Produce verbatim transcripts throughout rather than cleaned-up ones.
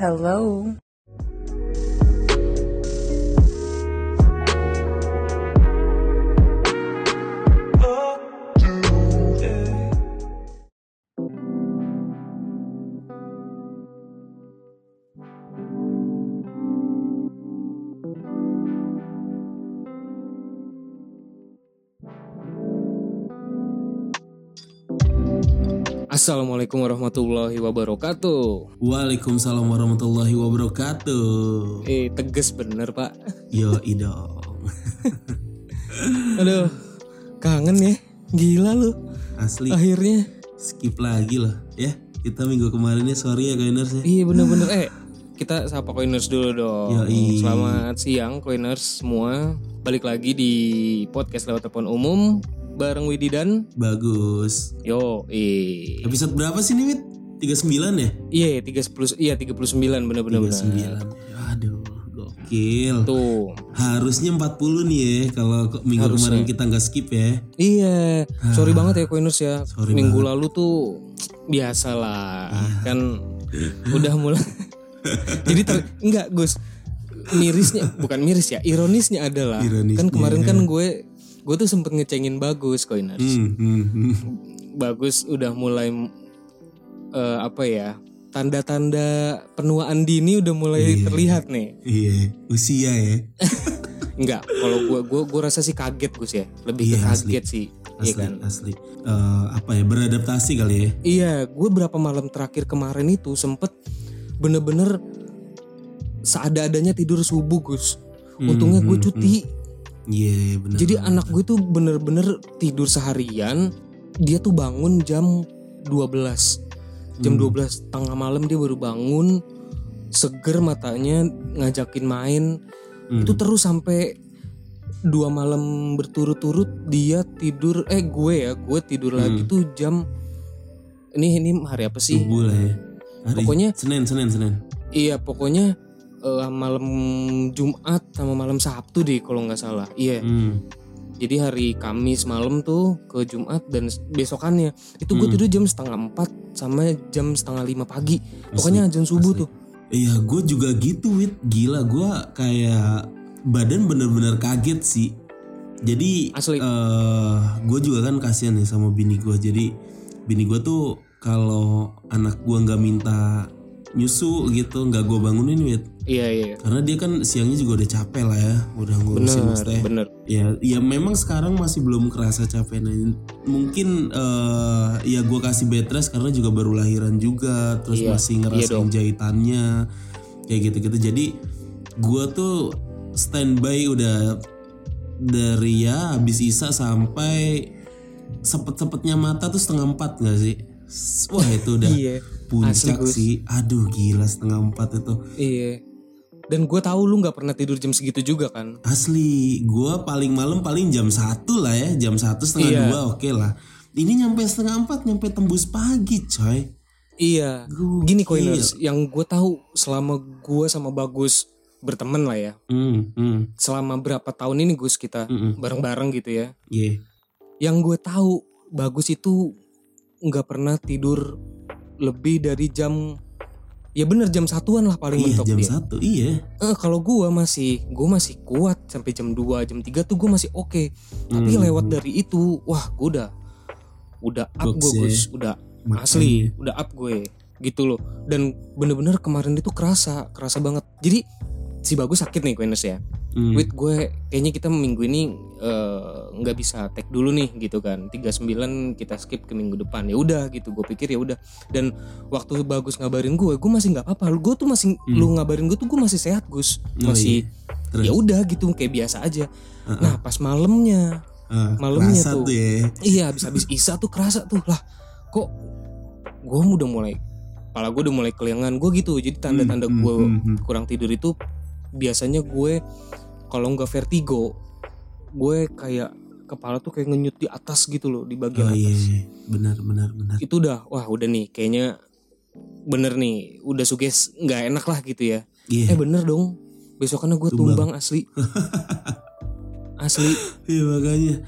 Hello. Assalamualaikum warahmatullahi wabarakatuh. Waalaikumsalam warahmatullahi wabarakatuh. Eh tegas bener pak. Yo idong. Aduh kangen ya. Gila lu. Asli. Akhirnya Skip lagi loh ya. Kita minggu kemarin ya, sorry ya Coiners ya. iya bener-bener eh kita sapa Coiners dulu dong. Yoi. Selamat siang Coiners semua. Balik lagi di podcast lewat telepon umum bareng Widi dan Bagus. Yo eh Episode berapa sih nih Wid? tiga puluh sembilan ya? Iya tiga puluh iya tiga puluh sembilan bener-bener. tiga puluh sembilan. Aduh gokil. Tuh. Harusnya empat puluh nih ya kalau minggu Harusnya. kemarin kita gak skip ya. Iya, sorry banget ya Coiners ya. Sorry Minggu banget. lalu tuh biasa lah, kan udah mulai. Jadi ter, enggak Gus, mirisnya bukan miris ya, ironisnya adalah Ironisnya. kan kemarin kan gue gue tuh sempet ngecengin Bagus Coiners. Hmm, hmm, hmm. Bagus udah mulai eh, apa ya? Tanda-tanda penuaan dini udah mulai Iya. terlihat nih. Iya, usia ya. Enggak, kalau gue gue gue rasa sih kaget Gus ya, lebih ke Iya, asli. kaget sih, Asli, iya kan. asli. Eh, apa ya, beradaptasi kali ya. Iya, gue berapa malam terakhir kemarin itu sempet bener-bener seada-adanya tidur subuh Gus. Untungnya gue Hmm, cuti. Iya benar. Jadi anak gue tuh bener-bener tidur seharian. Dia tuh bangun jam dua belas. Jam Hmm. dua belas tengah malam dia baru bangun. Seger matanya ngajakin main. Hmm. Itu terus sampai dua malam berturut-turut dia tidur. Eh gue ya, gue tidur lagi Hmm. tuh jam. Ini ini hari apa sih? Subuh lah ya. Hari Pokoknya- Senin, Senin, Senin. Iya pokoknya eh, malam Jumat sama malam Sabtu deh kalau nggak salah. Iya. Hmm. Jadi hari Kamis malam tuh ke Jumat dan besokannya itu gue Hmm. tidur jam setengah empat sama jam setengah lima pagi. Pokoknya azan subuh asli. tuh. Iya, gue juga gitu, Wit. Gila, gue kayak badan bener-bener kaget sih. Jadi, Asli. eh gue juga kan kasihan nih sama bini gue. Jadi, bini gue tuh kalau anak gue nggak minta nyusu gitu, nggak gue bangunin, Wit. Iya iya. Karena dia kan siangnya juga udah capek lah ya, udah ngurusin Bener maksudnya. bener. Ya, ya memang sekarang masih belum kerasa capek. Nah, mungkin eh, ya gue kasih bed rest karena juga baru lahiran juga, terus Iya, masih iya ngerasain dong. jahitannya, kayak gitu-gitu. Jadi gue tuh standby udah dari ya habis isa sampai sepet-sepetnya mata tuh setengah empat nggak sih? Wah itu udah Iya. puncak Asli, Gus. sih. Aduh gila setengah empat itu. Iya. Dan gue tahu lu nggak pernah tidur jam segitu juga kan? Asli, gue paling malam paling jam satu lah ya, jam satu setengah Iya. dua oke lah. Ini nyampe setengah empat, nyampe tembus pagi coy. Iya. Gokil. Gini Coiners, yang gue tahu selama gue sama Bagus berteman lah ya. Hmm, hmm, Selama berapa tahun ini Gus kita Mm-mm. bareng-bareng gitu ya. yeah. Yang gue tahu Bagus itu nggak pernah tidur lebih dari jam ya bener jam satuan lah paling Iya mentok jam dia. satu, iya. Eh, kalau gue masih gue masih kuat sampai jam dua jam tiga tuh gue masih oke. Tapi Hmm. lewat dari itu wah gue udah udah up Box gue ya. Gus, udah Makanya. asli udah up gue gitu loh. Dan bener-bener kemarin itu kerasa kerasa banget. Jadi si Bagus sakit nih Coiners ya. Hmm. Wait gue kayaknya kita minggu ini eh, nggak bisa tag dulu nih gitu kan. tiga puluh sembilan kita skip ke minggu depan. Ya udah gitu gue pikir ya udah. Dan waktu Bagus ngabarin gue, gue masih nggak apa-apa. Gue tuh masih Hmm. lu ngabarin gue tuh gue masih sehat Gus. Oh, Masih iya. Terus? ya udah gitu kayak biasa aja. Uh-uh. Nah, pas malamnya Ah, malamnya kerasa tuh. tuh ya. iya habis-habis Isya tuh kerasa tuh lah. Kok gue udah mulai kepala gue udah mulai kelengan gue gitu. Jadi tanda-tanda Hmm, gue hmm, hmm. kurang tidur itu biasanya gue kalau nggak vertigo, gue kayak kepala tuh kayak ngenyut di atas gitu loh, di bagian Oh atas. iya, iya. benar benar benar. Itu udah, wah udah nih, kayaknya bener nih, udah suges nggak enak lah gitu ya. Iya. Eh bener dong, besokannya gue Tumbang. tumbang asli, asli. Iya makanya.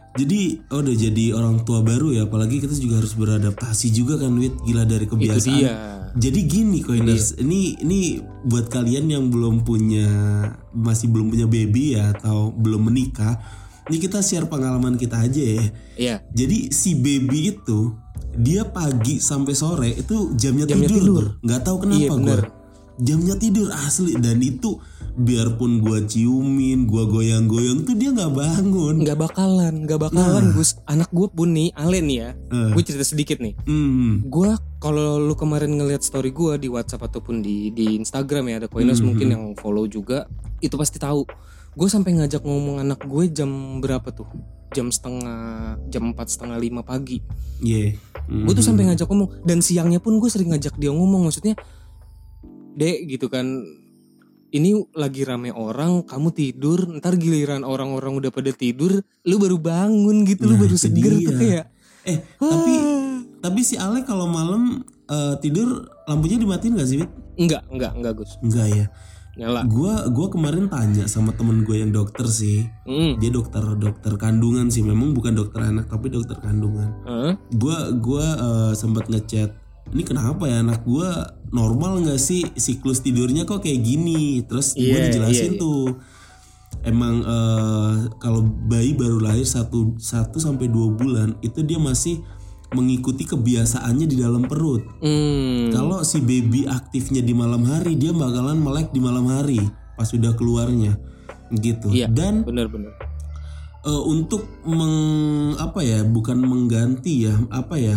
Jadi oh udah jadi orang tua baru ya, apalagi kita juga harus beradaptasi juga kan, Wit, gila dari kebiasaan. Itu dia. Jadi gini Coiners, ini ini buat kalian yang belum punya, masih belum punya baby ya atau belum menikah, ini kita share pengalaman kita aja ya. Iya. Jadi si baby itu dia pagi sampai sore itu jamnya, Jamnya tidur, tidur. tuh. Nggak tahu kenapa Iya, gue. bener. Jamnya tidur asli, dan itu biarpun gua ciumin, gua goyang-goyang tuh dia nggak bangun. Nggak bakalan, nggak bakalan Nah. Gus. Anak gue pun nih, Ale nih ya. Eh. Gue cerita sedikit nih. Hmm. Gue kalau lu kemarin ngelihat story gue di WhatsApp ataupun di di Instagram ya, ada Coiners Mhm. mungkin yang follow juga, itu pasti tahu. Gue sampai ngajak ngomong anak gue jam berapa tuh? Jam setengah, jam empat setengah lima pagi. Iya. Yeah. Gue tuh sampai ngajak ngomong, dan siangnya pun gue sering ngajak dia ngomong, maksudnya, Dek gitu kan, ini lagi rame orang, kamu tidur, ntar giliran orang-orang udah pada tidur, lu baru bangun gitu, lu Nah, baru itu seger dia. tuh kayak. Eh tapi tapi si Ale kalau malam eh, tidur lampunya dimatiin gak sih, Wit? Enggak, enggak, enggak Gus. Enggak ya. Nyala. Gua gua kemarin tanya sama temen gue yang dokter sih. Mm. Dia dokter dokter kandungan sih, memang bukan dokter anak tapi dokter kandungan. Hah? Gua gua eh, sempat ngechat, ini kenapa ya anak gua normal nggak sih siklus tidurnya kok kayak gini? Terus gue Iya, dijelasin iya, iya. tuh, emang eh, kalau bayi baru lahir satu satu sampai dua bulan itu dia masih mengikuti kebiasaannya di dalam perut. Hmm. Kalau si baby aktifnya di malam hari, dia bakalan melek di malam hari pas sudah keluarnya, gitu. Iya. Dan Bener-bener. eh, untuk meng apa ya, bukan mengganti ya, apa ya,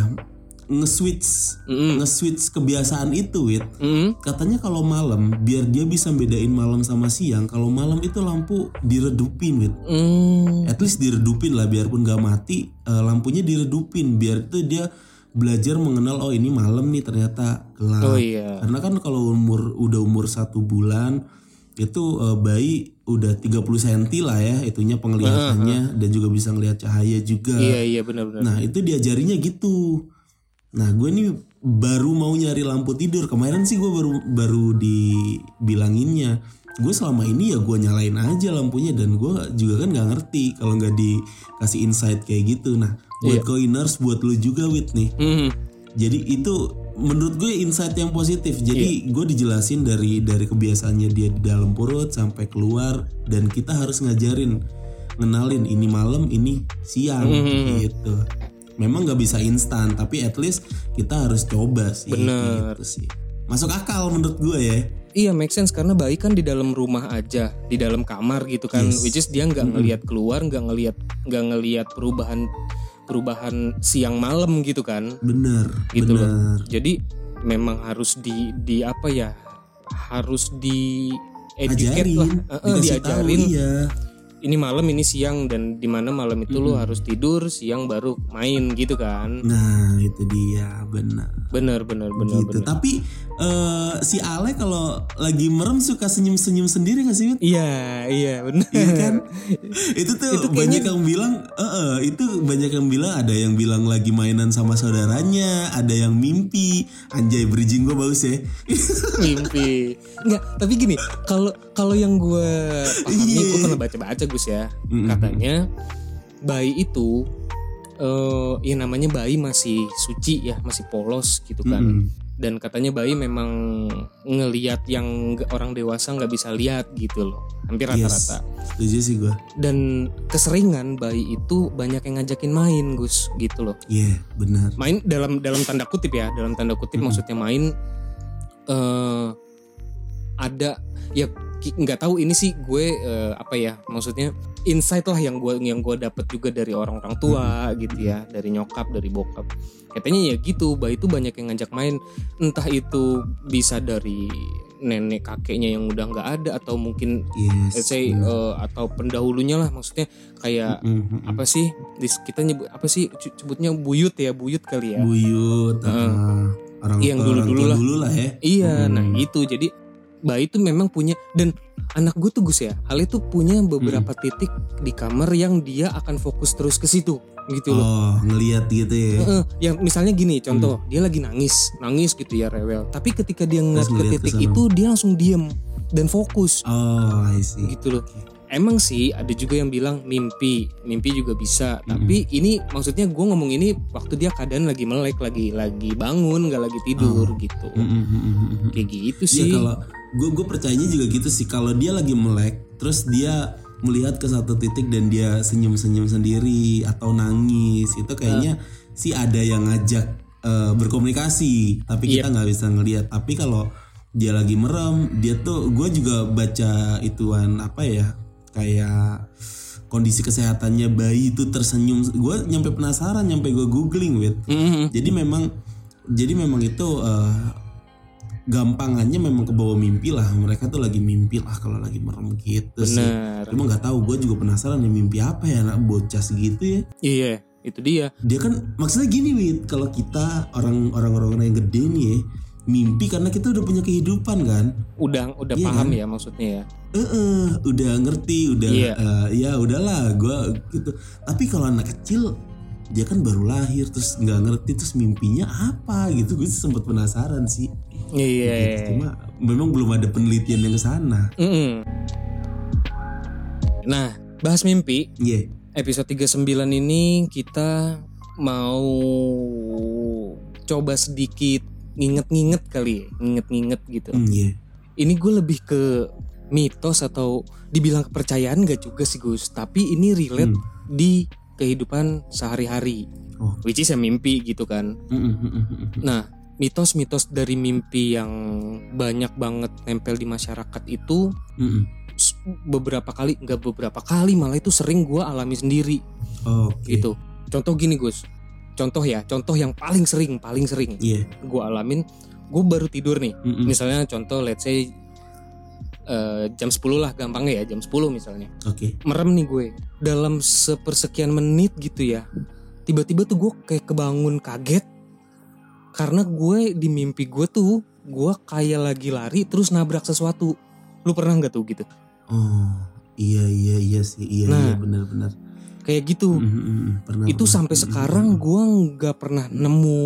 nge-switch Mm-mm. nge-switch kebiasaan itu, Wit. Mm. Katanya kalau malam biar dia bisa bedain malam sama siang, kalau malam itu lampu diredupin, Wit. Mm. At least diredupin lah, biarpun gak mati, eh, lampunya diredupin biar itu dia belajar mengenal, oh ini malam nih ternyata gelap. Oh iya. Karena kan kalau umur udah umur satu bulan itu eh, bayi udah tiga puluh sentimeter lah ya itunya penglihatannya, dan juga bisa ngelihat cahaya juga. Iya, iya, benar-benar. Nah itu diajarinya gitu. Nah gue nih baru mau nyari lampu tidur. Kemarin sih gue baru baru dibilanginnya. Gue selama ini ya gue nyalain aja lampunya, dan gue juga kan nggak ngerti kalau nggak dikasih insight kayak gitu. Nah buat Iya. Coiners, buat lu juga, Wit nih. Mm. Jadi itu menurut gue insight yang positif. Iya. Jadi gue dijelasin dari dari kebiasaannya dia di dalam perut sampai keluar, dan kita harus ngajarin, ngenalin ini malam, ini siang, Mhm. gitu. Memang nggak bisa instan, tapi at least kita harus coba sih. Bener. Gitu sih. Masuk akal menurut gue ya. Iya, make sense, karena bayi kan di dalam rumah aja, di dalam kamar gitu kan, Yes. which is dia nggak ngelihat keluar, nggak ngelihat nggak ngelihat perubahan perubahan siang malam gitu kan, Bener. gitu loh. bener. Jadi memang harus di di apa ya, harus di educate Ajarin, lah, Eh, eh, dikasih tahu, diajarin. iya. Ini malam, ini siang, dan di mana malam itu lu harus tidur, siang baru main gitu kan. Nah itu dia, benar. Bener, bener, bener, Gitu. bener. Tapi eh, si Ale kalau lagi merem suka senyum-senyum sendiri gak sih, Wit? Iya, iya, bener. Iya kan? Itu tuh Itu banyak kayaknya- yang bilang, eh, eh, itu banyak yang bilang, ada yang bilang lagi mainan sama saudaranya, ada yang mimpi. Anjay, bridging gue bagus ya. Mimpi. Enggak, tapi gini, kalau kalau yang gue pahami, Iya. gue pernah baca-baca Gus ya, Mm-mm. katanya bayi itu eh ya namanya bayi masih suci ya, masih polos gitu kan. Mm-mm. Dan katanya bayi memang ngelihat yang nggak- orang dewasa nggak bisa lihat gitu loh, hampir Yes. rata-rata. Setuju sih gue. Dan keseringan bayi itu banyak yang ngajakin main Gus gitu loh. Iya, benar. Main dalam dalam tanda kutip ya, dalam tanda kutip Mm-mm. maksudnya main eh ada ya, ki- nggak tahu ini sih gue eh, apa ya, maksudnya insight lah yang gue yang gue dapat juga dari orang-orang tua gitu ya, dari nyokap, dari bokap. Katanya ya gitu, bayi itu banyak yang ngajak main, entah itu bisa dari nenek kakeknya yang udah nggak ada, atau mungkin Yes. let's say benar. eh, atau pendahulunya lah, maksudnya kayak Mm-mm. apa sih dis- kita nyebut apa sih cu- sebutnya buyut ya, buyut kali ya. Buyut, ah, orang Yang tua- dulu-dulu orang tua lah. dulu lah ya. Iya, Hmm. nah itu jadi bayi itu memang punya, dan anak gue tuh Gus ya, hal itu punya beberapa titik di kamar yang dia akan fokus terus ke situ gitu loh. Oh, ngelihat gitu ya. Heeh, yang misalnya gini contoh, dia lagi nangis, nangis gitu ya, rewel. Tapi ketika dia ngeliat Terus ke ngeliat ke titik sana. itu, dia langsung diem dan fokus Oh, I see. gitu loh. emang sih ada juga yang bilang mimpi, mimpi juga bisa. Mm-hmm. Tapi ini maksudnya gue ngomong ini waktu dia keadaan lagi melek, lagi lagi bangun, nggak lagi tidur oh. gitu. Mm-hmm. Kayak gitu sih. Ya kalau gue gue percayanya juga gitu sih. Kalau dia lagi melek, terus dia melihat ke satu titik dan dia senyum-senyum sendiri atau nangis, itu kayaknya uh. sih ada yang ngajak uh, berkomunikasi. Tapi kita nggak yep. bisa ngelihat. Tapi kalau dia lagi merem, dia tuh gue juga baca ituan apa ya? Kayak kondisi kesehatannya bayi itu tersenyum. Gue nyampe penasaran, nyampe gue googling, wait. Mm-hmm. Jadi memang, jadi memang itu uh, gampangannya memang ke bawah mimpi lah. Mereka tuh lagi mimpi lah kalau lagi merem gitu. Bener. Sih. Cuma nggak tahu, gue juga penasaran nih mimpi apa ya anak bocah segitu ya. Iya, itu dia. Dia kan maksudnya gini, wait. Kalau kita orang orang-orang yang gede nih ya, mimpi karena kita udah punya kehidupan kan. Udah udah iya paham kan? Ya maksudnya ya. Eh, uh, udah ngerti, udah yeah. uh, ya udahlah, gue gitu. Tapi kalau anak kecil dia kan baru lahir terus nggak ngerti terus mimpinya apa gitu, gue sempet penasaran sih. Iya. Yeah. Gitu. Cuma memang belum ada penelitian yang kesana. Mm-mm. Nah, bahas mimpi. Iya. Yeah. Episode tiga puluh sembilan ini kita mau coba sedikit nginget-nginget kali ya, nginget-nginget gitu. Mm, yeah. Ini gue lebih ke mitos atau dibilang kepercayaan gak juga sih Gus, tapi ini relate hmm. di kehidupan sehari-hari, oh. which is ya mimpi gitu kan. Mm-hmm. Nah, mitos-mitos dari mimpi yang banyak banget nempel di masyarakat itu mm-hmm. beberapa kali, gak beberapa kali malah itu sering gue alami sendiri. Oh, okay. Gitu. Contoh gini Gus, contoh ya, contoh yang paling sering, paling sering yeah. gue alamin, gue baru tidur nih, mm-hmm. misalnya contoh let's say Uh, jam sepuluh lah gampangnya ya, jam sepuluh misalnya. Oke. Okay. Merem nih gue. Dalam sepersekian menit gitu ya. Tiba-tiba tuh gue kayak kebangun kaget. Karena gue di mimpi gue tuh gue kayak lagi lari terus nabrak sesuatu. Lu pernah enggak tuh gitu? Oh, iya iya iya sih. Iya nah, iya benar-benar. Kayak gitu. Mm-hmm. Pernah, itu pernah. sampai mm-hmm. sekarang gue enggak pernah nemu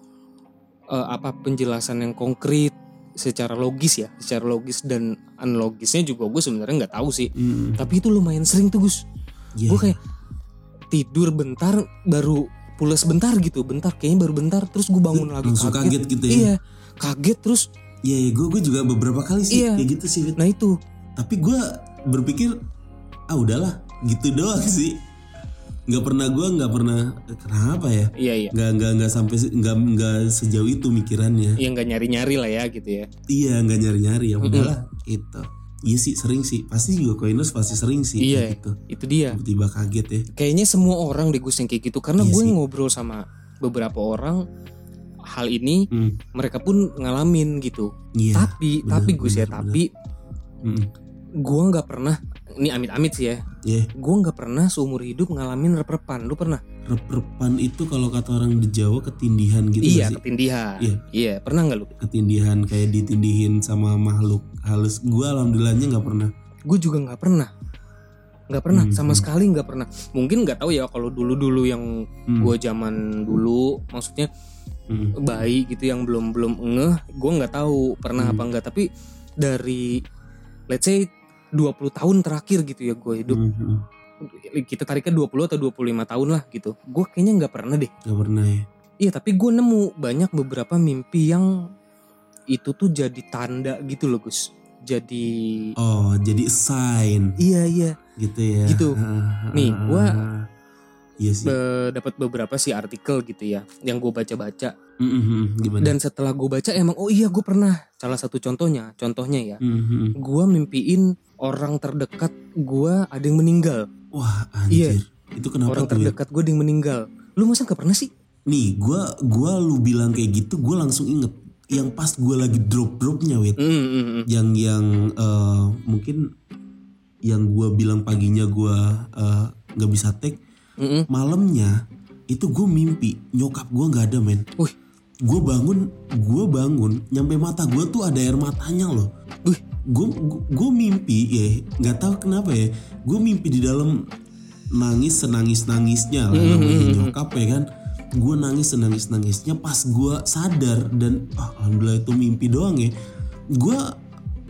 uh, apa penjelasan yang konkret secara logis ya, secara logis dan analogisnya juga gue sebenarnya nggak tahu sih. Mm. Tapi itu lumayan sering tuh Gus. Yeah. Gue kayak tidur bentar baru pulas bentar gitu, bentar kayaknya baru bentar terus gue bangun lagi langsung kaget. kaget gitu ya. Iya, kaget terus. Iya, yeah, gue gue juga beberapa kali sih iya. kayak gitu sih. Nah itu. Tapi gue berpikir ah udahlah gitu doang sih. Nggak pernah gue nggak pernah kenapa ya? Iya iya. Nggak nggak nggak sampai nggak nggak sejauh itu mikirannya. Iya nggak nyari nyari lah ya gitu ya. Iya nggak nyari nyari ya udahlah mm-hmm. itu. Iya sih sering sih pasti juga koinus pasti sering sih. Iya gitu. Itu dia. Tiba-tiba kaget ya. Kayaknya semua orang deh Gus yang kayak gitu karena iya gue sih. Ngobrol sama beberapa orang hal ini mm. mereka pun ngalamin gitu. Iya. Tapi bener, tapi Gus ya bener. Tapi mm. gue nggak pernah. Ini amit-amit sih ya. Yeah. Gue nggak pernah seumur hidup ngalamin rep-repan. Lu pernah? Rep-repan itu kalau kata orang di Jawa ketindihan gitu. Iya sih? ketindihan. Iya. Iya pernah nggak lu? Ketindihan kayak ditindihin sama makhluk halus. Gue alhamdulillahnya nggak pernah. Gue juga nggak pernah. Nggak pernah hmm. sama hmm. sekali nggak pernah. Mungkin nggak tahu ya kalau dulu-dulu yang hmm. gue zaman dulu, maksudnya hmm. bayi gitu yang belum belum ngeh. Gue nggak tahu pernah hmm. apa enggak. Tapi dari let's say dua puluh tahun terakhir gitu ya gue hidup. Mm-hmm. Kita tariknya dua puluh atau dua puluh lima tahun lah gitu. Gue kayaknya gak pernah deh. Gak pernah ya? Iya tapi gue nemu banyak beberapa mimpi yang itu tuh jadi tanda gitu loh Gus. Jadi oh jadi sign. Iya iya. Gitu ya. Gitu. Nih gue iya sih. Be- dapat beberapa sih artikel gitu ya yang gue baca-baca. Mm-hmm. Gimana? Dan setelah gue baca emang oh iya gue pernah. Salah satu contohnya, contohnya ya. Mm-hmm. Gue mimpiin orang terdekat gue ada yang meninggal. Wah anjir. Iya. Itu kenapa orang tuh terdekat gue ada yang meninggal. Lu masa gak pernah sih? Nih gue gue lu bilang kayak gitu gue langsung inget yang pas gue lagi drop-dropnya wait. Mm-hmm. Yang yang uh, mungkin yang gue bilang paginya gue uh, gak bisa take. Mm-hmm. Malamnya itu gue mimpi nyokap gue gak ada men. Wih. Gue bangun, gue bangun, nyampe mata gue tuh ada air matanya loh. Wih, gue gue mimpi ya, nggak tahu kenapa ya, gue mimpi di dalam nangis senangis nangisnya lah, mm-hmm. namanya nyokap ya kan. Gue nangis senangis nangisnya pas gue sadar dan oh, alhamdulillah itu mimpi doang ya. Gue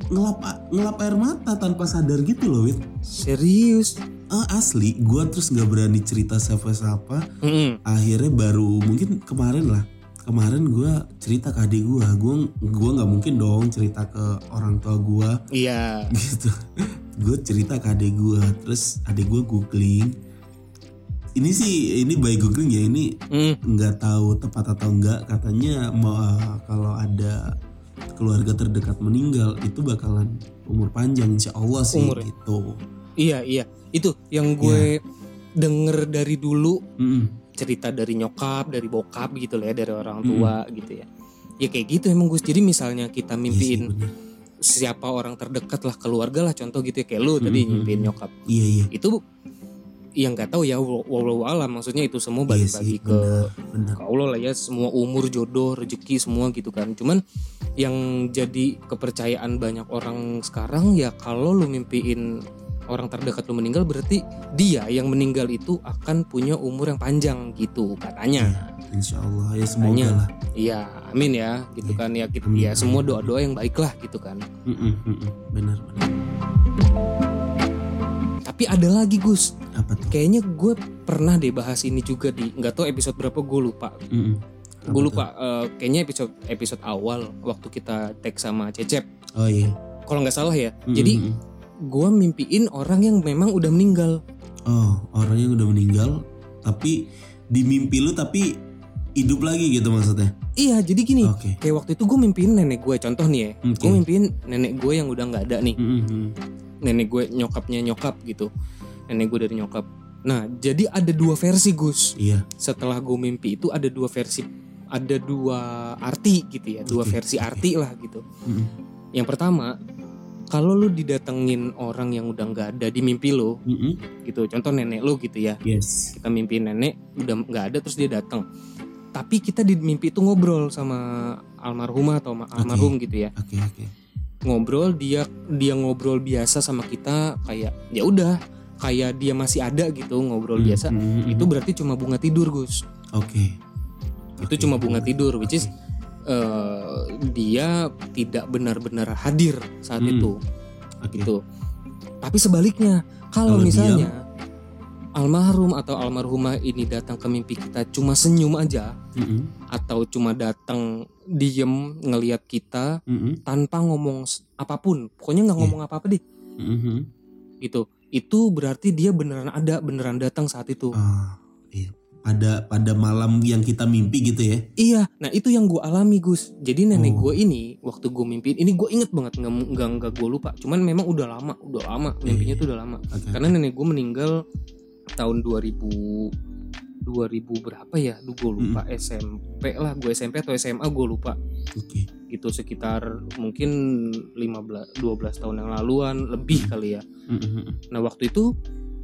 ngelap ngelap air mata tanpa sadar gitu loh, Wit. Serius? Uh, asli, gue terus nggak berani cerita siapa-siapa. Mm-hmm. Akhirnya baru mungkin kemarin lah, kemarin gue cerita ke adik gue, gue gue nggak mungkin dong cerita ke orang tua gue. Iya. Gitu, gue cerita ke adik gue, terus adik gue googling. Ini sih, ini by googling ya, ini nggak mm. tahu tepat atau enggak. Katanya mau uh, kalau ada keluarga terdekat meninggal itu bakalan umur panjang, insya Allah sih. Umur. Gitu. Iya iya. Itu yang gue yeah. denger dari dulu, mm-mm. cerita dari nyokap, dari bokap gitu lah ya, dari orang tua mm. gitu ya. Ya kayak gitu emang Gus. Jadi misalnya kita mimpiin yes, siapa orang terdekat lah, keluarga lah contoh gitu ya, kayak lu mm-hmm. tadi mimpiin nyokap. Iya iya. Itu yang nggak tahu ya, wallahu alam, maksudnya itu semua balik yes, lagi ke, benar, ke Allah lah ya, semua umur, jodoh, rezeki semua gitu kan. Cuman yang jadi kepercayaan banyak orang sekarang ya, kalau lu mimpiin orang terdekat lu meninggal, berarti dia yang meninggal itu akan punya umur yang panjang gitu katanya. Ya, insya Allah ya, semoga lah. Iya, amin ya gitu ya, kan ya, kita, ya semua doa-doa yang baik lah gitu kan. Benar benar. Tapi ada lagi Gus. Apa tuh? Kayaknya gue pernah deh bahas ini juga di, nggak tahu episode berapa, gue lupa. Gue lupa. Uh, kayaknya episode episode awal waktu kita tag sama Cecep. Oh iya. Kalau nggak salah ya. Mm-hmm. Jadi gue mimpiin orang yang memang udah meninggal. Oh, orang yang udah meninggal, tapi di mimpi lu tapi hidup lagi gitu maksudnya? Iya, jadi gini. Okay. Kayak waktu itu gue mimpiin nenek gue, contoh nih ya. Okay. Gue mimpiin nenek gue yang udah nggak ada nih. Mm-hmm. Nenek gue nyokapnya nyokap gitu. Nenek gue dari nyokap. Nah, jadi ada dua versi Gus. Iya. Setelah gue mimpi itu ada dua versi, ada dua arti gitu ya, dua okay. versi arti okay. lah gitu. Mm-hmm. Yang pertama, kalau lu didatengin orang yang udah nggak ada di mimpi lu, mm-hmm. gitu, contoh nenek lu gitu ya, yes. kita mimpiin nenek udah nggak ada terus dia datang, tapi kita di mimpi itu ngobrol sama almarhumah atau almarhum okay. gitu ya, okay, okay. ngobrol, dia dia ngobrol biasa sama kita, kayak ya udah kayak dia masih ada gitu, ngobrol mm-hmm. biasa, mm-hmm. itu berarti cuma bunga tidur Gus. Oke. Okay. Itu okay. cuma bunga tidur, which is Uh, dia tidak benar-benar hadir saat hmm. itu, okay. gitu. Tapi sebaliknya, kalau misalnya dia... almarhum atau almarhumah ini datang ke mimpi kita cuma senyum aja, mm-hmm. atau cuma datang diem ngelihat kita mm-hmm. tanpa ngomong apapun, pokoknya nggak ngomong yeah. apa-apa deh, mm-hmm. gitu. Itu berarti dia beneran ada, beneran datang saat itu. Uh, iya. Pada pada malam yang kita mimpi gitu ya? Iya, nah itu yang gue alami Gus. Jadi nenek oh. gue ini waktu gue mimpiin ini, gue inget banget, nggak nggak nggak gue lupa. Cuman memang udah lama, udah lama mimpinya tuh udah lama. Okay. Karena nenek gue meninggal tahun dua ribu dua ribu berapa ya? Duh gue lupa. Mm. S M P lah, gue S M P atau S M A gue lupa. Oke. Okay. Gitu sekitar mungkin lima belas dua belas tahun yang laluan lebih mm. kali ya. Mm-hmm. Nah waktu itu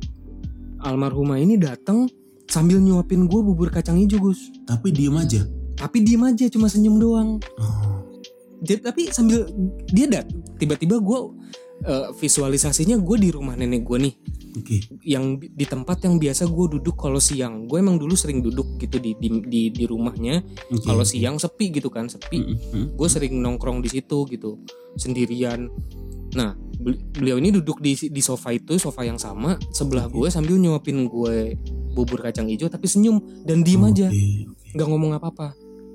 almarhumah ini datang sambil nyuapin gue bubur kacang hijau Gus. Tapi diem aja. Tapi diem aja, cuma senyum doang. Oh. Jadi tapi sambil dia dat, tiba-tiba gue uh, visualisasinya gue di rumah nenek gue nih. Oke. Okay. Yang di tempat yang biasa gue duduk kalau siang. Gue emang dulu sering duduk gitu di di di, di rumahnya. Okay, kalau okay. siang sepi gitu kan, sepi. Mm-hmm. Gue sering nongkrong di situ gitu, sendirian. Nah, beliau ini duduk di di sofa itu, sofa yang sama sebelah okay. gue sambil nyuapin gue bubur kacang hijau tapi senyum dan diem oh, aja, okay, okay. nggak ngomong apa-apa,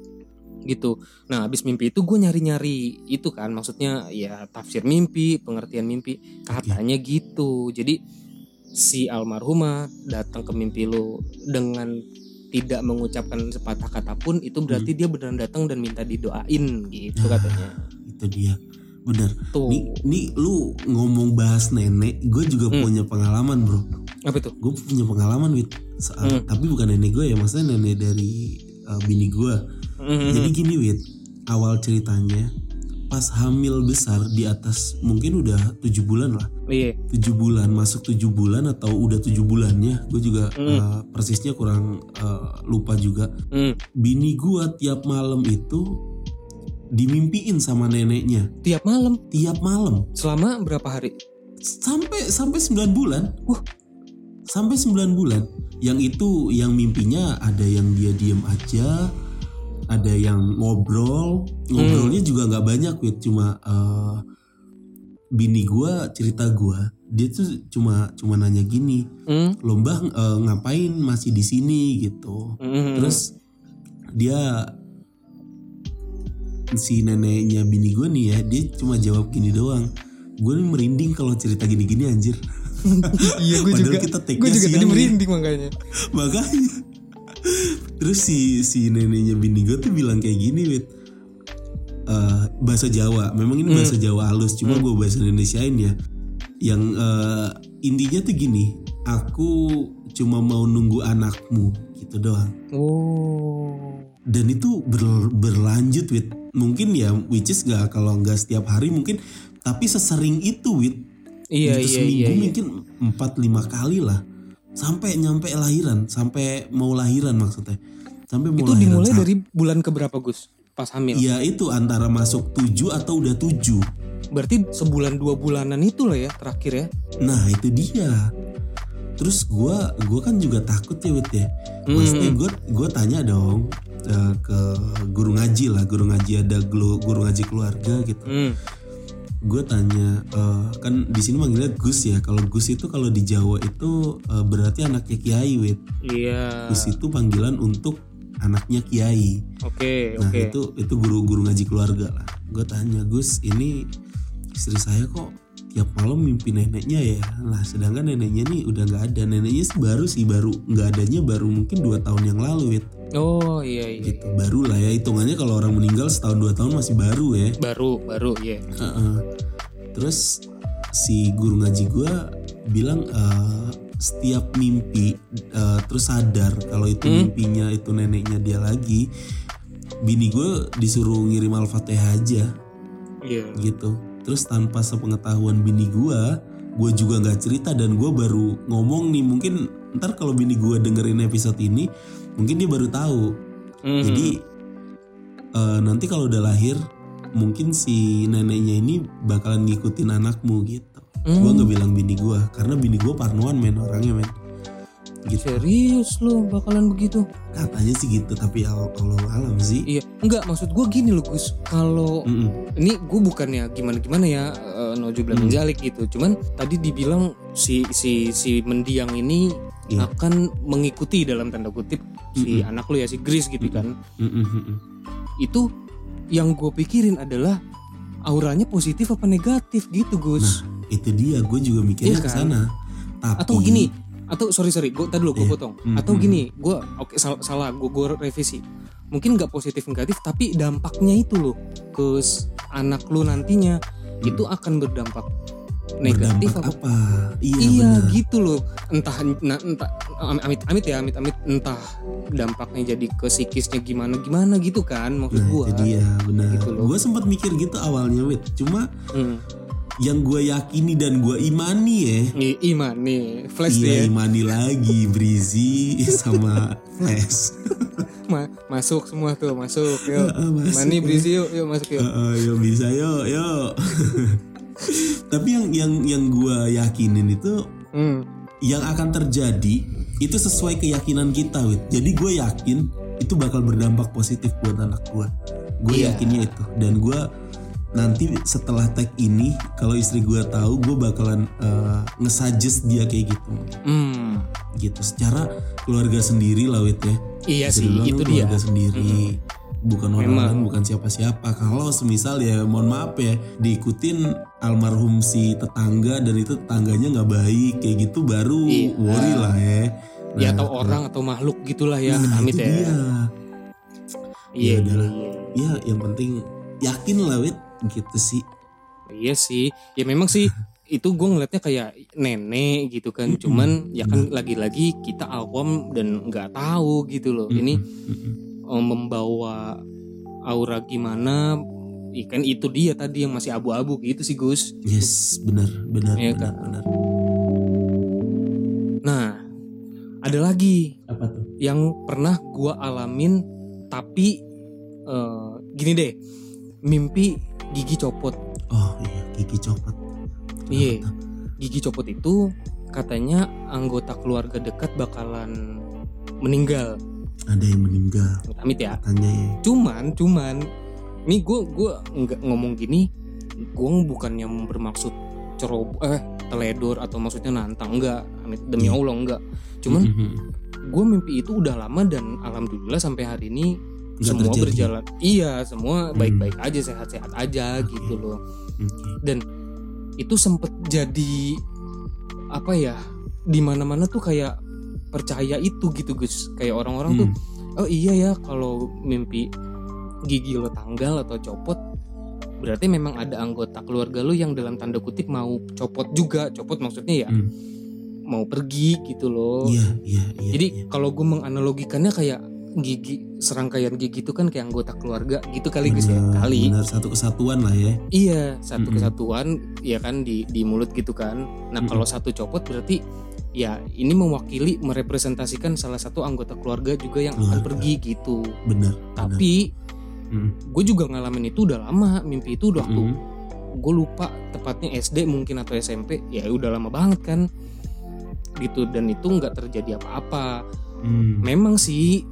gitu. Nah, abis mimpi itu gue nyari-nyari itu kan, maksudnya ya tafsir mimpi, pengertian mimpi, katanya okay. gitu. Jadi si almarhumah datang ke mimpi lo dengan tidak mengucapkan sepatah kata pun, itu berarti hmm. dia beneran datang dan minta didoain gitu nah, katanya. Itu dia. Bener. Nih, nih lu ngomong bahas nenek, gue juga hmm. punya pengalaman bro. Apa itu? Gue punya pengalaman Wit. Hmm. Tapi bukan nenek gue ya, maksudnya nenek dari uh, bini gue. Hmm. Jadi gini Wit, awal ceritanya pas hamil besar di atas mungkin udah tujuh bulan lah. Iya. Tujuh bulan, masuk tujuh bulan atau udah tujuh bulannya, gue juga hmm. uh, persisnya kurang uh, lupa juga. Hmm. Bini gue tiap malam itu dimimpiin sama neneknya. Tiap malam? Tiap malam. Selama berapa hari? Sampai sampai sembilan bulan. Wah, sampai sembilan bulan. Yang itu yang mimpinya ada yang dia diem aja, ada yang ngobrol. Ngobrolnya hmm. juga nggak banyak, Wit. Cuma uh, bini gue cerita gue, dia tuh cuma cuma nanya gini, hmm? "Lo Mbah uh, ngapain masih di sini?" gitu. Hmm. Terus dia si neneknya bini gue nih ya, dia cuma jawab gini doang. Gue nih merinding kalau cerita gini-gini anjir. Iya, gue juga. Gue juga tadi merinding makanya. Makanya. Terus si si neneknya bini gue tuh bilang kayak gini, Wit. Uh, bahasa Jawa, memang ini hmm. bahasa Jawa halus, cuma hmm. gue bahasa Indonesiain ya. Yang uh, intinya tuh gini, aku cuma mau nunggu anakmu, gitu doang. Oh. Dan itu ber, berlanjut, Wit. Mungkin ya, which is gak kalau nggak setiap hari mungkin, tapi sesering itu, Wit. Iya, gitu, iya, seminggu iya, iya. mungkin empat lima kali lah, sampai nyampe lahiran, sampai mau lahiran maksudnya. Sampai mau itu lahiran dimulai saat, dari bulan keberapa, Gus? Pas hamil? Iya, itu antara masuk tujuh atau udah tujuh. Berarti sebulan dua bulanan itu lah ya terakhir ya. Nah itu dia. Terus gue gue kan juga takut ya, Wit ya. Maksudnya gue gue tanya dong uh, ke guru ngaji lah, guru ngaji ada guru, guru ngaji keluarga gitu. Mm. Gue tanya, uh, kan di sini manggilnya Gus ya. Kalau Gus itu kalau di Jawa itu uh, berarti anaknya kiai, Wit. Iya. Gus itu panggilan untuk anaknya kiai. Oke, nah, oke. itu itu guru-guru ngaji keluarga lah. Gue tanya, "Gus, ini istri saya kok tiap malam mimpi neneknya ya?" Nah, sedangkan neneknya nih udah nggak ada. Neneknya sih baru sih baru nggak adanya baru mungkin dua tahun yang lalu, Wit. Oh iya iya. Gitu, baru lah ya, hitungannya kalau orang meninggal setahun dua tahun masih baru ya. Baru baru ya. Yeah. Uh-uh. Terus si guru ngaji gue bilang uh, setiap mimpi uh, terus sadar kalau itu hmm? mimpinya itu neneknya dia lagi, bini gue disuruh ngirim Al-Fatihah aja. Iya. Yeah. Gitu. Terus tanpa sepengetahuan bini gue, gue juga nggak cerita dan gue baru ngomong nih, mungkin ntar kalau bini gue dengerin episode ini, mungkin dia baru tahu. Mm-hmm. Jadi uh, nanti kalau udah lahir, mungkin si neneknya ini bakalan ngikutin anakmu gitu. Mm. Gue nggak bilang bini gue, karena bini gue parnoan men orangnya men. Gitu. Serius lo bakalan begitu? Katanya sih gitu, tapi Allah alam sih. Iya, enggak, maksud gue gini loh Gus. Kalau ini gue bukannya gimana-gimana ya, uh, nojubillah mm. menjalik gitu. Cuman tadi dibilang si si si mendiang ini yeah. akan mengikuti dalam tanda kutip si mm-hmm. anak lo ya, si Grace gitu kan. Mm-hmm. Itu yang gue pikirin adalah auranya positif apa negatif gitu Gus. Nah itu dia, gue juga mikirnya iya kan? Kesana. Tapi atau gini, atau sorry sorry, gue tadi dulu gue yeah. potong. Mm-hmm. Atau gini, gue oke okay, salah, salah gue gue revisi. Mungkin nggak positif negatif, tapi dampaknya itu loh ke anak lo nantinya mm. itu akan berdampak negatif berdampak apa? apa? Iya, iya gitu loh. Entah, nah, entah amit amit ya amit amit entah dampaknya jadi ke psikisnya gimana gimana gitu kan maksud nah, gue. Itu dia benar. Gitu gue sempat mikir gitu awalnya, Wit. Cuma hmm. yang gue yakini dan gue imani ya. I- imani, Flash iya, ya. imani lagi, Breezy sama Flash. Ma- masuk semua tuh, masuk. Yuk. Uh, masuk, Mani, Breezy yuk, yuk masuk yuk. Uh, uh, yuk bisa yuk, yuk. Tapi yang yang yang gue yakinin itu hmm. yang akan terjadi itu sesuai keyakinan kita, Wit. Jadi gue yakin itu bakal berdampak positif buat anak gue. Gue yeah. yakinnya itu. Dan gue nanti setelah tag ini, kalau istri gue tahu, gue bakalan uh, nge-suggest dia kayak gitu. Hmm. Gitu. Secara keluarga sendiri lah, Wit ya. Iya sih, itu dia. Keluarga sendiri. Hmm. Bukan orang lain, bukan siapa-siapa. Kalau semisal ya mohon maaf ya, diikutin almarhum si tetangga dan itu tetangganya nggak baik kayak gitu, baru iya. worry lah ya. Nah, ya atau orang atau makhluk gitulah ya, nah, amit-amit ya. Dia. Iya, ya, iya. Ya yang penting yakin lah, Wit, gitu sih. Iya sih, ya memang sih itu gue ngeliatnya kayak nenek gitu kan. Cuman ya kan lagi-lagi kita awam dan nggak tahu gitu loh. Ini membawa aura gimana, ikan itu dia tadi yang masih abu-abu gitu sih Gus. Yes, benar, benar, ya, benar, kan? benar. Nah, ada lagi apa tuh? Yang pernah gua alamin, tapi uh, gini deh, mimpi gigi copot. Oh iya, gigi copot. Iya, gigi copot itu katanya anggota keluarga dekat bakalan meninggal. Ada yang meninggal. Amit ya. Katanya ya. Cuman, cuman, nih gue gue nggak ngomong gini gue bukannya bermaksud ceroboh eh teledor atau maksudnya nantang, enggak, demi Yeah. Allah enggak. Cuman Mhm. gue mimpi itu udah lama dan alhamdulillah sampai hari ini Nggak semua terjadi. berjalan. Iya, semua Hmm. baik-baik aja, sehat-sehat aja Oke. gitu loh. Oke. Dan itu sempet jadi apa ya? Di mana-mana tuh kayak percaya itu gitu Gus. Kayak orang-orang tuh, Hmm. oh iya ya kalau mimpi gigi lo tanggal atau copot, berarti memang ada anggota keluarga lo yang dalam tanda kutip mau copot juga. Copot maksudnya ya Hmm. mau pergi gitu loh. Iya, iya, iya. Jadi iya. kalau gue menganalogikannya kayak gigi, serangkaian gigi itu kan kayak anggota keluarga gitu kali Gus ya. Benar, Kali. benar, satu kesatuan lah ya. Iya, satu Mm-mm. kesatuan ya kan di di mulut gitu kan. Nah, Mm-mm. kalau satu copot berarti ya ini mewakili, merepresentasikan salah satu anggota keluarga juga yang akan Keluarga. pergi gitu. Benar. Tapi Mm. gue juga ngalamin itu udah lama. Mimpi itu udah waktu Mm. gue lupa tepatnya S D mungkin atau S M P, ya udah lama banget kan gitu. Dan itu nggak terjadi apa-apa. Mm. Memang sih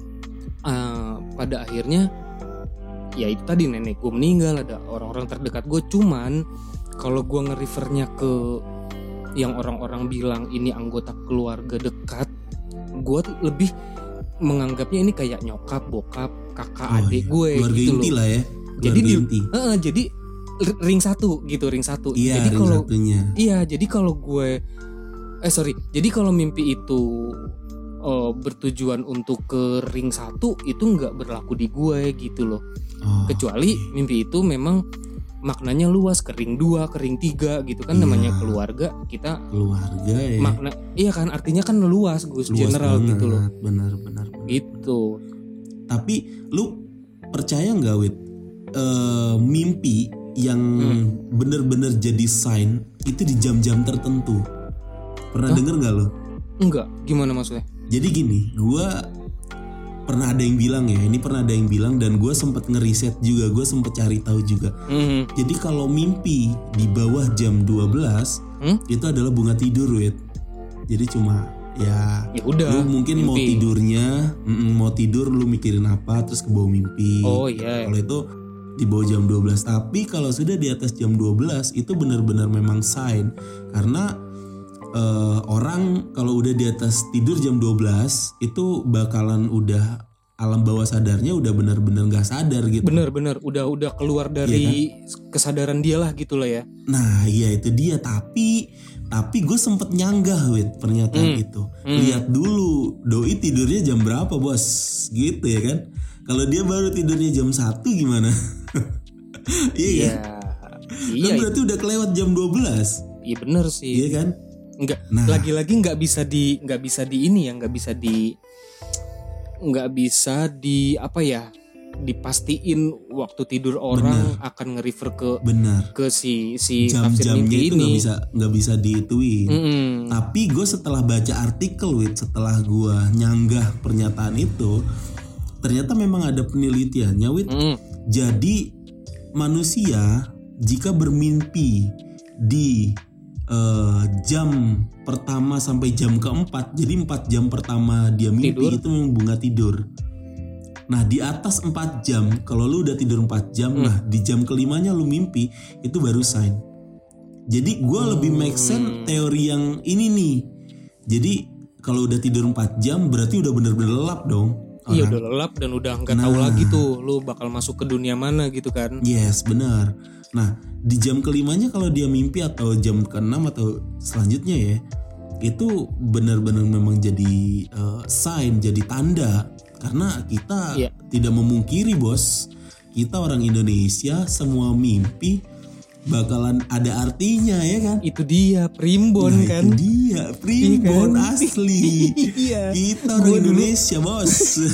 uh, pada akhirnya ya itu tadi nenek gue meninggal, ada orang-orang terdekat gue. Cuman kalau gue nge-refernya ke yang orang-orang bilang ini anggota keluarga dekat, gue tuh lebih menganggapnya ini kayak nyokap, bokap, kakak, Oh, adik iya. gue Keluarga gitu inti loh. lah ya. Jadi Keluarga di- inti. Heeh, jadi r- ring satu gitu, ring satu. Iya, jadi ring kalau satunya. iya, jadi kalau gue eh sorry, jadi kalau mimpi itu eh, bertujuan untuk ke ring satu itu nggak berlaku di gue gitu loh. Oh, Kecuali oke. mimpi itu memang maknanya luas, ke ring dua, ke ring tiga gitu kan. Iya. Namanya keluarga kita Keluarga ya. makna iya kan, artinya kan luas Gus, Luas general banget. gitu loh. Benar, benar, benar. Gitu. Tapi lu percaya nggak Wit? Eh, mimpi yang Hmm. bener-bener jadi sign itu di jam-jam tertentu. Pernah Hah? denger nggak lo? Enggak, gimana maksudnya? Jadi gini, gua pernah ada yang bilang ya, ini pernah ada yang bilang dan gue sempet ngeriset juga, gue sempet cari tahu juga. Mhm. Jadi kalau mimpi di bawah jam dua belas Hmm? itu adalah bunga tidur, Wit. Jadi cuma ya Ya udah. lu mungkin mau mimpi. tidurnya, mm, mau tidur lu mikirin apa terus ke bawah mimpi. Oh iya. Kalau itu di bawah jam dua belas, tapi kalau sudah di atas jam dua belas itu benar-benar memang sign. Karena eh, orang kalau udah di atas tidur jam dua belas itu bakalan udah alam bawah sadarnya udah benar-benar gak sadar gitu. Bener-bener udah udah keluar dari kesadaran dia lah gitu lah ya. Nah iya itu dia, tapi tapi gue sempet nyanggah Wit pernyataan Hmm. itu. Hmm. Lihat dulu doi tidurnya jam berapa bos, gitu ya kan. Kalau dia baru tidurnya jam satu gimana? Iya kan? Iya. Kan berarti udah kelewat jam dua belas. Iya bener sih. Iya kan? Enggak, Nah. lagi-lagi nggak bisa di nggak bisa di ini ya, nggak bisa di nggak bisa di apa ya, dipastiin waktu tidur orang akan nge-refer ke Benar. ke si si tafsir Jam-jamnya mimpi itu ini. nggak bisa nggak bisa dihituin. Mm-mm. Tapi gue setelah baca artikel Wit, setelah gue nyanggah pernyataan itu, ternyata memang ada penelitiannya Wit. Mm. Jadi manusia jika bermimpi di eh, jam pertama sampai jam keempat, jadi empat jam pertama dia mimpi Tidur. itu memang bunga tidur. Nah di atas empat jam, kalau lu udah tidur empat jam, Hmm. nah di jam kelimanya lu mimpi, itu baru sign. Jadi gue lebih make sense Hmm. teori yang ini nih. Jadi kalau udah tidur empat jam berarti udah bener-bener lelap dong. Iya orang. udah lelap dan udah nggak tahu Nah. lagi tuh lu bakal masuk ke dunia mana gitu kan. Yes, benar. Nah, di jam kelimanya kalau dia mimpi atau jam keenam atau selanjutnya ya, itu benar-benar memang jadi eh, sign, jadi tanda. Karena kita Iya. tidak memungkiri bos, kita orang Indonesia semua mimpi bakalan ada artinya ya kan? Itu dia primbon Nah, kan. itu dia, primbon Iya kan? asli. Iya. Kita Gua orang dulu- Indonesia bos.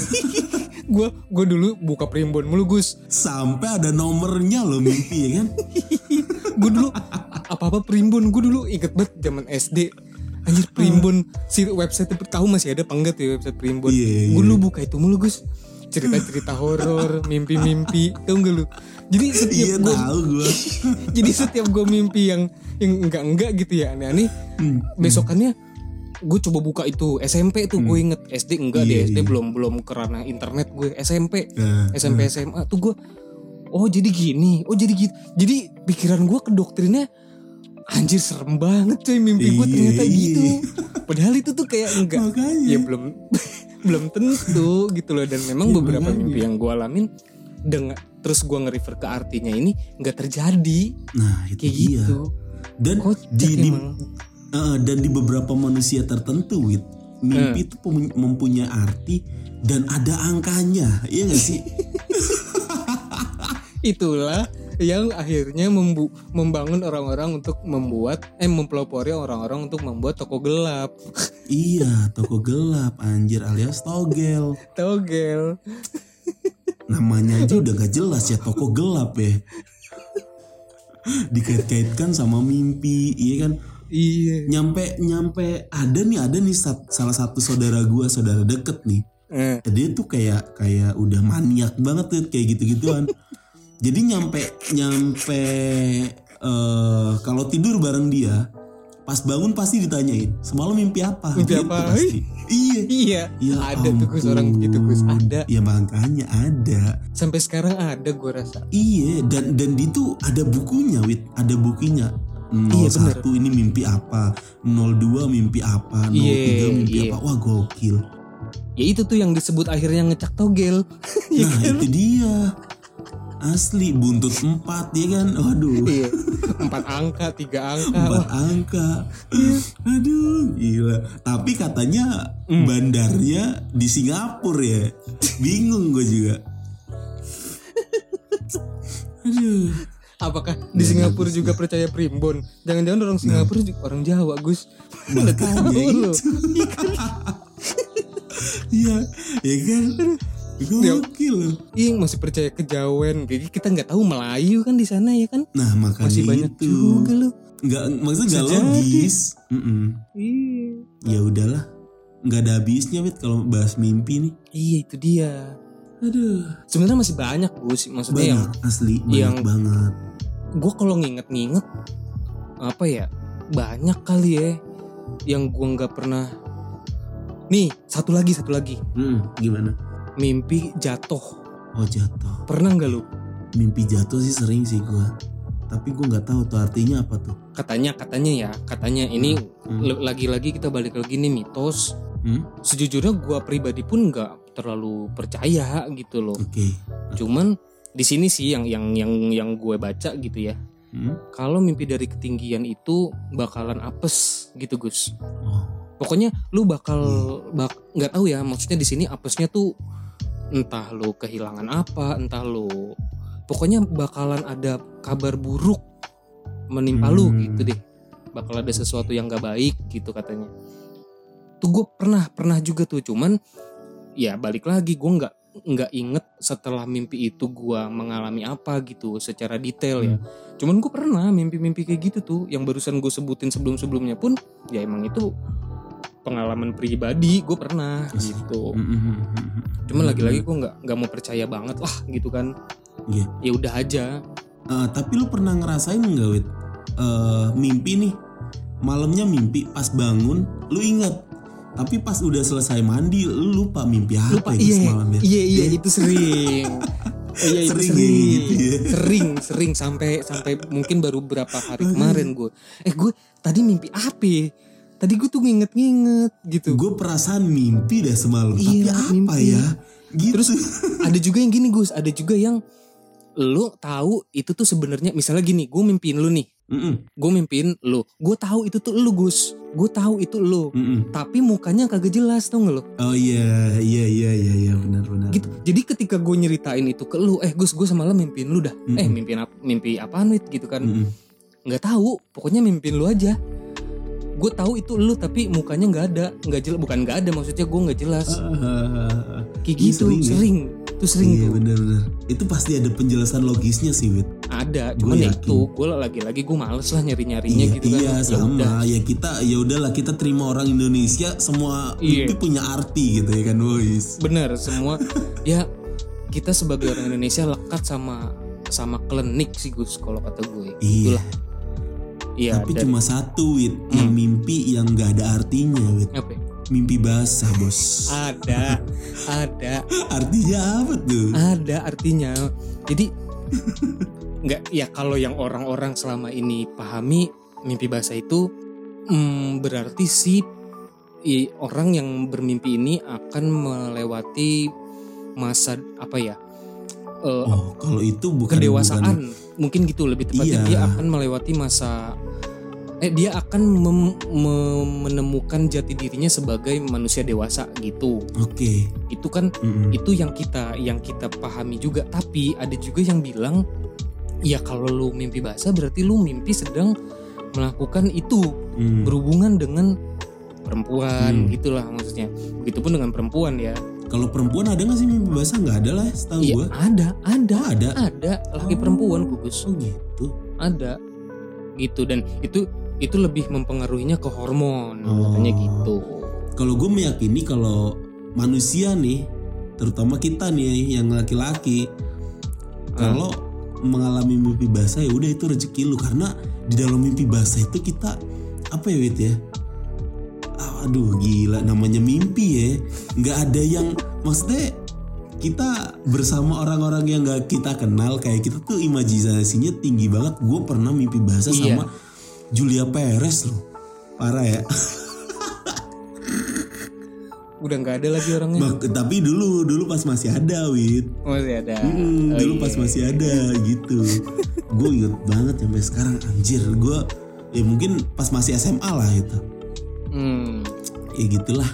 Gue gue dulu buka primbon mulu Gus. Sampai ada nomornya loh mimpi ya kan? Gue dulu apa-apa primbon. Gue dulu inget banget zaman S D. Anjir primbon, si website itu tahu masih ada apa enggak tuh website primbon. Iya, Gue iya. dulu buka itu mulu Gus. Cerita-cerita horor, mimpi-mimpi, tau gak lu? Jadi setiap Iya gue tahu gue. jadi setiap gue mimpi yang yang enggak-enggak gitu ya, aneh-aneh, Hmm. besokannya gue coba buka itu S M P tuh. Gue inget S D enggak Iya, deh, S D iya. belum belum kerana internet gue. S M P Nah, S M P S M A tuh gue oh jadi gini, oh jadi gitu. Jadi pikiran gue ke doktrinnya anjir serem banget coy, mimpi gue ternyata Iya, gitu. iya. Padahal itu tuh kayak enggak, Makanya. ya belum belum tentu gitu loh. Dan memang Ya, beberapa makanya. mimpi yang gue alamin dengan terus gue nge-refer ke artinya ini nggak terjadi Nah itu kayak dia. gitu. Dan Kocak di, di emang. uh, dan di beberapa manusia tertentu, Wit, mimpi itu pem- mempunyai arti dan ada angkanya, iya gak sih? Itulah yang akhirnya membu- membangun orang-orang untuk membuat eh mempelopori orang-orang untuk membuat toko gelap. Iya, toko gelap anjir alias togel. Togel. Namanya aja udah gak jelas ya, toko gelap ya. Dikait-kaitkan sama mimpi, iya kan? Iya. Nyampe nyampe ada nih ada nih sat- salah satu saudara gua, saudara deket nih. Eh. Dia tuh kayak kayak udah maniak banget tuh kayak gitu-gituan. Jadi nyampe nyampe eh kalau tidur bareng dia, pas bangun pasti ditanyain, semalam mimpi apa? Mimpi Gitu apa? pasti. Iya. Iya. Ya Ada tuh Gus, orang begitu Gus, ampun. ada. Ya makanya ada. Sampai sekarang ada gue rasa. Iya, dan dan itu ada bukunya, Wit, ada bukunya. Iya, nol satu ini mimpi apa, nol dua mimpi apa, nol tiga Iya, mimpi iya. apa. Wah, gokil. Ya itu tuh yang disebut akhirnya ngecak togel. Ya Nah, kan? itu dia. Asli buntut empat ya kan. Waduh. Iya. Empat angka, tiga angka. Empat Wah, angka. Aduh, gila. Tapi katanya Hmm. bandarnya di Singapura ya. Bingung gue juga. Aduh. apakah di Singapura juga percaya primbon? Jangan-jangan orang Singapura juga orang Jawa, Gus. Nggak Makanya tahu loh. itu. Iya, ya kan. Gokil. Iya, masih percaya kejawen. Jadi kita nggak tahu Melayu kan di sana ya kan? Nah, makanya Masih banyak itu. juga loh. Nggak, maksudnya nggak Bisa jadi. logis. Mm-mm. Iya. Ya udahlah, nggak ada habisnya, Wit, kalau bahas mimpi nih. Iya itu dia. Aduh, Sebenarnya masih banyak, Gus. Maksudnya yang banyak asli, banyak yang- banget. gue kalau nginget-nginget apa ya, banyak kali ya yang gue nggak pernah. Nih satu lagi satu lagi Hmm, gimana? mimpi jatuh. Oh, jatuh. Pernah nggak lu? Mimpi jatuh sih sering sih gua. Tapi gua nggak tahu tuh artinya apa tuh. Katanya katanya ya katanya ini Hmm. le- lagi-lagi kita balik lagi nih mitos. Hmm? Sejujurnya gue pribadi pun nggak terlalu percaya gitu loh. Oke. Cuman di sini sih yang yang yang yang gue baca gitu ya. Hmm? Kalau mimpi dari ketinggian itu bakalan apes gitu, Gus. Oh. Pokoknya lu bakal bak nggak tahu ya, maksudnya di sini apesnya tuh entah lu kehilangan apa, entah lu pokoknya bakalan ada kabar buruk menimpa lu Hmm. gitu deh. Bakal ada sesuatu yang gak baik gitu katanya. Tuh gue pernah pernah juga tuh, cuman ya balik lagi gue nggak nggak inget setelah mimpi itu gue mengalami apa gitu secara detail ya. Cuman gue pernah mimpi-mimpi kayak gitu tuh, yang barusan gue sebutin sebelum-sebelumnya pun ya emang itu pengalaman pribadi gue pernah gitu. Hmm. Cuman lagi-lagi gue nggak nggak mau percaya banget lah gitu kan. Iya. Ya udah aja. Eh, tapi lu pernah ngerasain nggak, Wit? Eh, mimpi nih, malamnya mimpi, pas bangun lu ingat, tapi pas udah selesai mandi lu lupa mimpi apa Lupa itu iya semalam ya? iya iya itu sering. Oh, iya itu Sering sering, ya gitu ya? sering sering sampai sampai mungkin baru berapa hari kemarin gue. Eh gue tadi mimpi apa? ya? Tadi gue tuh nginget-nginget gitu. Gue perasaan mimpi dah semalam, Iya, tapi apa mimpi. ya? Gitu. Terus ada juga yang gini Gus, ada juga yang lu tahu itu tuh sebenarnya misalnya gini, gue mimpiin lu nih, Mm-mm. gue mimpiin lu, gue tahu itu tuh lu Gus, gue tahu itu lu, Mm-mm. tapi mukanya kagak jelas tau nggak lo? Oh iya, iya, iya, iya, iya, benar-benar. Gitu. Jadi ketika gue nyeritain itu ke lu, eh Gus, gue semalam mimpiin lu dah, Mm-mm. eh mimpiin apa, mimpi apaan Wit gitu kan? Mm-mm. Nggak tahu, pokoknya mimpiin lu aja. Gue tahu itu lu tapi mukanya nggak ada, nggak jelas, bukan nggak ada, maksudnya gue nggak jelas. Ah, Kayak iya, gitu, sering ya? sering, tuh sering iya, tuh. benar-benar. Itu pasti ada penjelasan logisnya sih, Wit. Ada, Gua cuman ya yakin. itu gue lagi-lagi gue males lah nyari-nyarinya Iya, gitu kan. iya Ya sama. udah. Ya kita, ya udahlah kita terima orang Indonesia semua Iya. mimpi punya arti gitu ya kan, boys. Bener semua. Ya kita sebagai orang Indonesia lekat sama sama klinik sih Gus kalau kata gue. Iya. Itulah. Iya. Tapi dan- cuma satu, Wit, yang Hmm. mimpi yang nggak ada artinya, Wit. apa? ya? Mimpi basah, bos. Ada, ada, Artinya apa tuh? ada artinya. Jadi Nggak, ya kalau yang orang-orang selama ini pahami mimpi basah itu hmm, berarti si i, orang yang bermimpi ini akan melewati masa apa ya? Uh, Oh, kalau itu bukan kedewasaan bukan, mungkin gitu lebih tepatnya. Iya. Dia akan melewati masa eh dia akan mem- mem- menemukan jati dirinya sebagai manusia dewasa gitu. Oke. Itu kan Mm-mm. itu yang kita yang kita pahami juga. Tapi ada juga yang bilang ya kalau lu mimpi basah berarti lu mimpi sedang melakukan itu, Mm. berhubungan dengan perempuan Hmm. gitulah maksudnya. Begitupun dengan perempuan ya. Kalau perempuan ada nggak sih mimpi basah? Nggak ada lah, setahu Iya gue. ada, ada, Oh, ada. ada laki Oh. perempuan gugus. Oh gitu. Ada gitu, dan itu itu lebih mempengaruhinya ke hormon Oh. katanya gitu. Kalau gue meyakini kalau manusia nih, terutama kita nih yang laki-laki, kalau mengalami mimpi basah ya udah itu rezeki lu, karena di dalam mimpi basah itu kita apa ya Wit ya? Aduh gila, namanya mimpi ya. Nggak ada yang maksudnya kita bersama orang-orang yang nggak kita kenal, kayak kita tuh imajinasinya tinggi banget. Gue pernah mimpi basah Iya. sama Julia Perez loh, parah ya. Udah nggak ada lagi orangnya. Bak- tapi dulu dulu pas masih ada Wit. Masih ada. Mm, Oh, dulu iya. pas masih ada gitu. Gue inget banget sampai sekarang, anjir. Gue ya mungkin pas masih S M A lah itu. Hmm. Ya gitulah.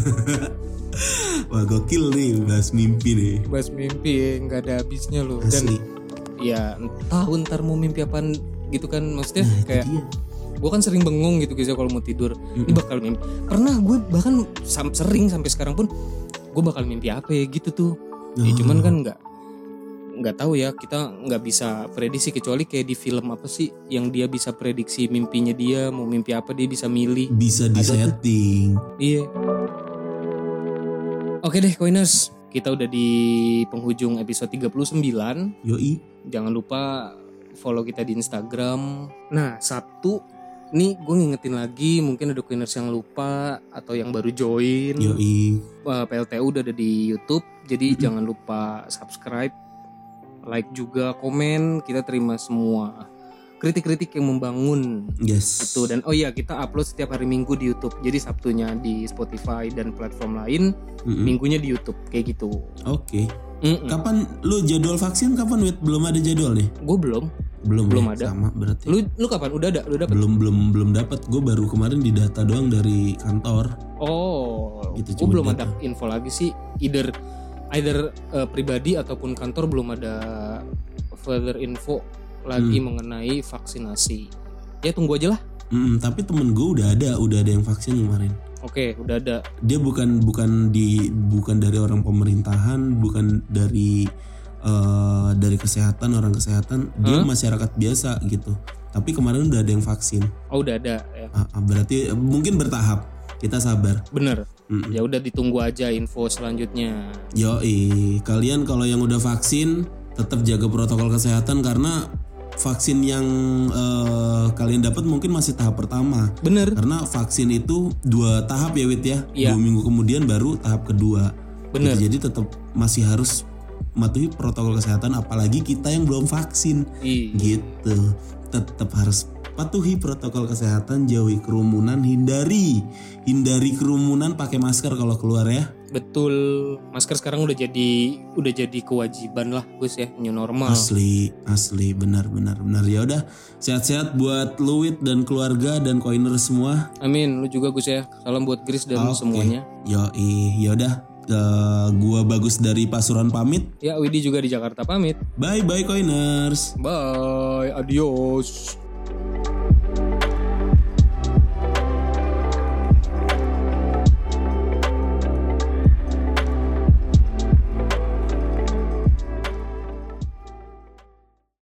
Wah gokil nih bahas mimpi nih. Bahas mimpi ya, nggak ada habisnya loh. Dan Asli. ya tahu ntar mau mimpi apaan gitu kan, maksudnya Nah, itu kayak dia. gue kan sering bengong gitu guys ya kalau mau tidur. Ini bakal mimpi. Pernah gue bahkan sam- sering sampai sekarang pun gue bakal mimpi apa ya gitu tuh. Ya Oh. cuman kan nggak nggak tahu ya, kita nggak bisa prediksi kecuali kayak di film apa sih yang dia bisa prediksi mimpinya dia mau mimpi apa, dia bisa milih. Bisa Ada tuh. disetting. Iya. Oke deh Coiners, kita udah di penghujung episode tiga puluh sembilan. Yoi. Jangan lupa follow kita di Instagram. Nah Sabtu nih gue ngingetin lagi, mungkin ada Coiners yang lupa atau yang baru join. Yoi. Uh, P L T U udah ada di YouTube, jadi jangan lupa subscribe, like juga, komen. Kita terima semua kritik-kritik yang membangun Yes. itu. Dan oh iya, kita upload setiap hari Minggu di YouTube. Jadi Sabtunya di Spotify dan platform lain, Mm-mm. Minggunya di YouTube kayak gitu. Oke. Mm-mm. Kapan lu jadwal vaksin kapan Wit? Belum ada jadwal nih? Gue belum. Belum. Belum ya? ada. Sama berarti. Lu lu kapan? Udah ada? Udah dapat? belum belum belum dapat. Gue baru kemarin didata doang dari kantor. Oh, Gitu, gue cuma belum data. ada info lagi sih. Either either uh, pribadi ataupun kantor belum ada further info lagi Hmm. mengenai vaksinasi. Ya tunggu aja lah. Mm, tapi temen gue udah ada, udah ada yang vaksin kemarin. Oke, udah ada. Dia bukan bukan di bukan dari orang pemerintahan, bukan dari eh, dari kesehatan, orang kesehatan. Dia Hah? masyarakat biasa gitu. Tapi kemarin udah ada yang vaksin. Oh, udah ada ya. Ah, ah, berarti eh, mungkin bertahap. Kita sabar. Bener. Mm-mm. Ya udah ditunggu aja info selanjutnya. Yoi, kalian kalau yang udah vaksin tetap jaga protokol kesehatan, karena vaksin yang eh, kalian dapat mungkin masih tahap pertama. Bener. Karena vaksin itu dua tahap ya Wit ya. Iya. Dua minggu kemudian baru tahap kedua. Bener. Gitu, jadi tetap masih harus mematuhi protokol kesehatan, apalagi kita yang belum vaksin. Ih. Gitu. Tetap harus patuhi protokol kesehatan, jauhi kerumunan, hindari hindari kerumunan, pakai masker kalau keluar ya. Betul. Masker sekarang udah jadi udah jadi kewajiban lah Gus ya, new normal. Asli, asli, benar, benar, benar. Ya udah, sehat-sehat buat Luwit dan keluarga dan Coiner semua. Amin. Lu juga Gus ya. Salam buat Gris dan Oke. semuanya. Yoi, ya udah. eh, gua Bagus dari Pasuruan pamit. Ya, Widi juga di Jakarta pamit. Bye bye Coiners. Bye. Adios.